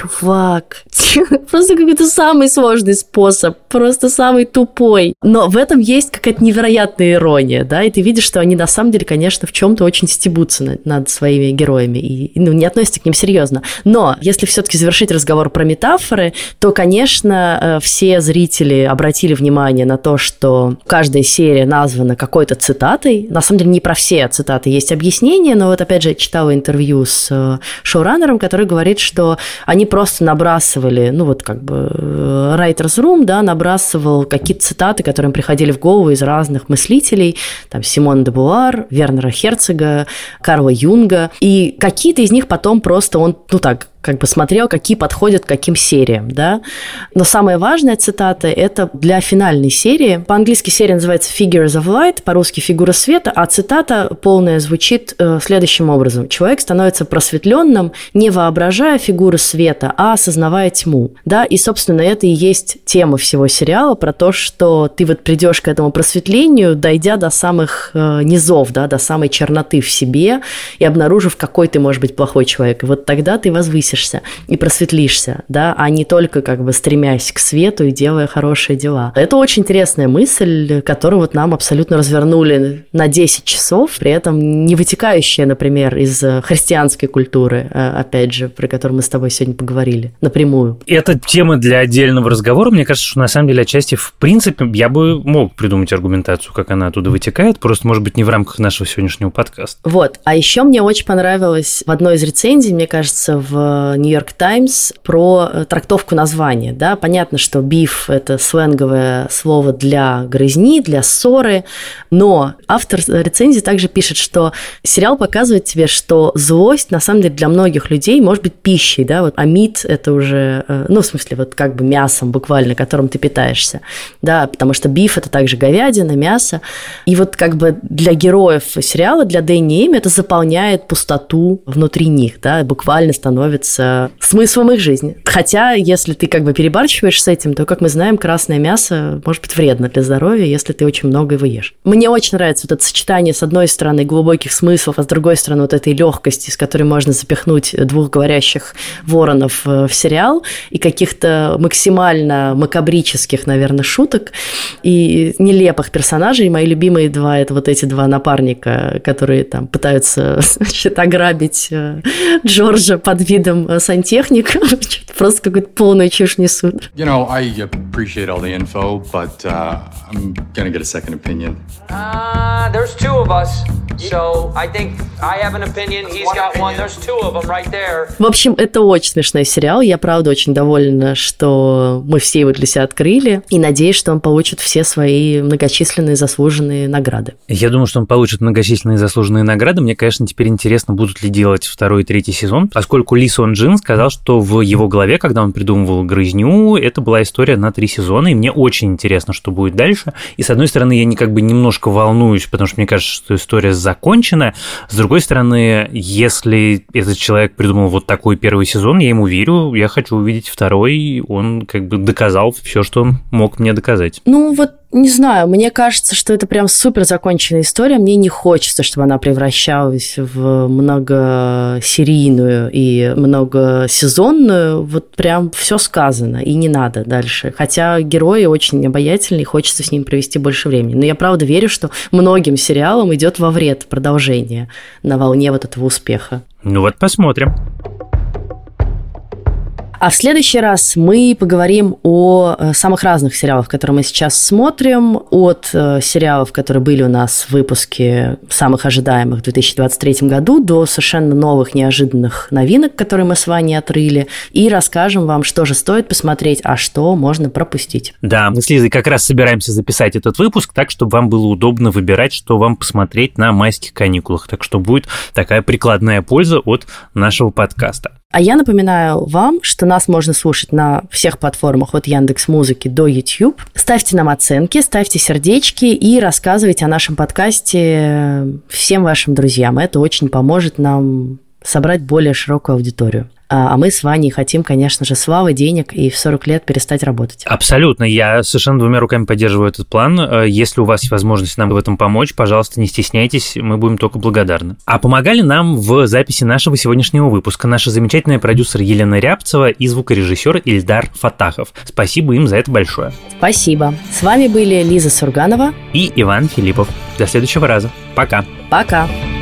Чувак, просто какой-то самый сложный способ, просто самый тупой. Но в этом есть какая-то невероятная ирония, да, и ты видишь, что они на самом деле, конечно, в чем-то очень стебутся над своими героями и не относятся к ним серьезно. Но если все-таки завершить разговор про метафоры, то, конечно, все зрители обратили внимание на то, что каждая серия названа какой-то цитатой. На самом деле не про все цитаты есть объяснение, но вот опять же я читала интервью с шоураннером, который говорит, что они просто набрасывали, writer's room, да, набрасывал какие-то цитаты, которые им приходили в голову из разных мыслителей, там, Симона де Бувуар, Вернера Херцога, Карла Юнга, и какие-то из них потом просто он, смотрел, какие подходят к каким сериям, да. Но самая важная цитата – это для финальной серии. По-английски серия называется «Figures of Light», по-русски «Фигура света», а цитата полная звучит следующим образом. Человек становится просветленным, не воображая фигуры света, а осознавая тьму, да. И, собственно, это и есть тема всего сериала, про то, что ты вот придешь к этому просветлению, дойдя до самых низов, да, до самой черноты в себе и обнаружив, какой ты, может быть, плохой человек. И вот тогда ты возвысишься. повысишься и просветлишься, да, а не только как бы стремясь к свету и делая хорошие дела. Это очень интересная мысль, которую вот нам абсолютно развернули на 10 часов, при этом не вытекающая, например, из христианской культуры, опять же, про которую мы с тобой сегодня поговорили напрямую. Это тема для отдельного разговора. Мне кажется, что на самом деле отчасти, в принципе, я бы мог придумать аргументацию, как она оттуда вытекает, просто, может быть, не в рамках нашего сегодняшнего подкаста. Вот. А еще мне очень понравилось в одной из рецензий, мне кажется, в New York Times про трактовку названия. Да? Понятно, что биф – это сленговое слово для грызни, для ссоры, но автор рецензии также пишет, что сериал показывает тебе, что злость, на самом деле, для многих людей может быть пищей, да, вот, а мид – это уже, ну, в смысле, вот как бы мясом буквально, которым ты питаешься, да, потому что биф – это также говядина, мясо, и вот как бы для героев сериала, для Дэнни и Эми это заполняет пустоту внутри них, да, буквально становится смыслом их жизни. Хотя, если ты как бы перебарщиваешь с этим, то, как мы знаем, красное мясо может быть вредно для здоровья, если ты очень много его ешь. Мне очень нравится вот это сочетание, с одной стороны, глубоких смыслов, а с другой стороны, вот этой легкости, с которой можно запихнуть двух говорящих воронов в сериал, и каких-то максимально макабрических, наверное, шуток, и нелепых персонажей. Мои любимые два – это вот эти два напарника, которые там пытаются, значит, ограбить Джорджа под видом сантехника. Просто какую-то полную чушь несут. You know, I appreciate all the info, but I'm gonna get a second opinion. There's two of us, so I think I have an opinion, he's got one, there's two of them right there. В общем, это очень смешной сериал. Я, правда, очень довольна, что мы все его для себя открыли, и надеюсь, что он получит все свои многочисленные заслуженные награды. Я думаю, что он получит многочисленные заслуженные награды. Мне, конечно, теперь интересно, будут ли делать второй и третий сезон, поскольку Ли Сон Джин сказал, что в его голове, когда он придумывал «Грызню», это была история на 3 сезона, и мне очень интересно, что будет дальше. И, с одной стороны, я как бы немножко волнуюсь, потому что мне кажется, что история закончена. С другой стороны, если этот человек придумал вот такой первый сезон, я ему верю, я хочу увидеть второй, он как бы доказал все, что он мог мне доказать. Ну, вот не знаю, мне кажется, что это прям супер законченная история. Мне не хочется, чтобы она превращалась в многосерийную и многосезонную. Вот прям все сказано, и не надо дальше. Хотя герои очень обаятельные, хочется с ними провести больше времени. Но я правда верю, что многим сериалам идет во вред продолжение на волне вот этого успеха. Ну вот посмотрим. А в следующий раз мы поговорим о самых разных сериалах, которые мы сейчас смотрим, от сериалов, которые были у нас в выпуске самых ожидаемых в 2023 году, до совершенно новых, неожиданных новинок, которые мы с Ваней отрыли, и расскажем вам, что же стоит посмотреть, а что можно пропустить. Да, мы с Лизой как раз собираемся записать этот выпуск так, чтобы вам было удобно выбирать, что вам посмотреть на майских каникулах. Так что будет такая прикладная польза от нашего подкаста. А я напоминаю вам, что нас можно слушать на всех платформах от Яндекс.Музыки до YouTube. Ставьте нам оценки, ставьте сердечки и рассказывайте о нашем подкасте всем вашим друзьям. Это очень поможет нам собрать более широкую аудиторию. А мы с Ваней хотим, конечно же, славы, денег и в 40 лет перестать работать. Абсолютно. Я совершенно 2 руками поддерживаю этот план. Если у вас есть возможность нам в этом помочь, пожалуйста, не стесняйтесь, мы будем только благодарны. А помогали нам в записи нашего сегодняшнего выпуска наша замечательная продюсер Елена Рябцева и звукорежиссер Ильдар Фатахов. Спасибо им за это большое. Спасибо. С вами были Лиза Сурганова и Иван Филиппов. До следующего раза. Пока. Пока.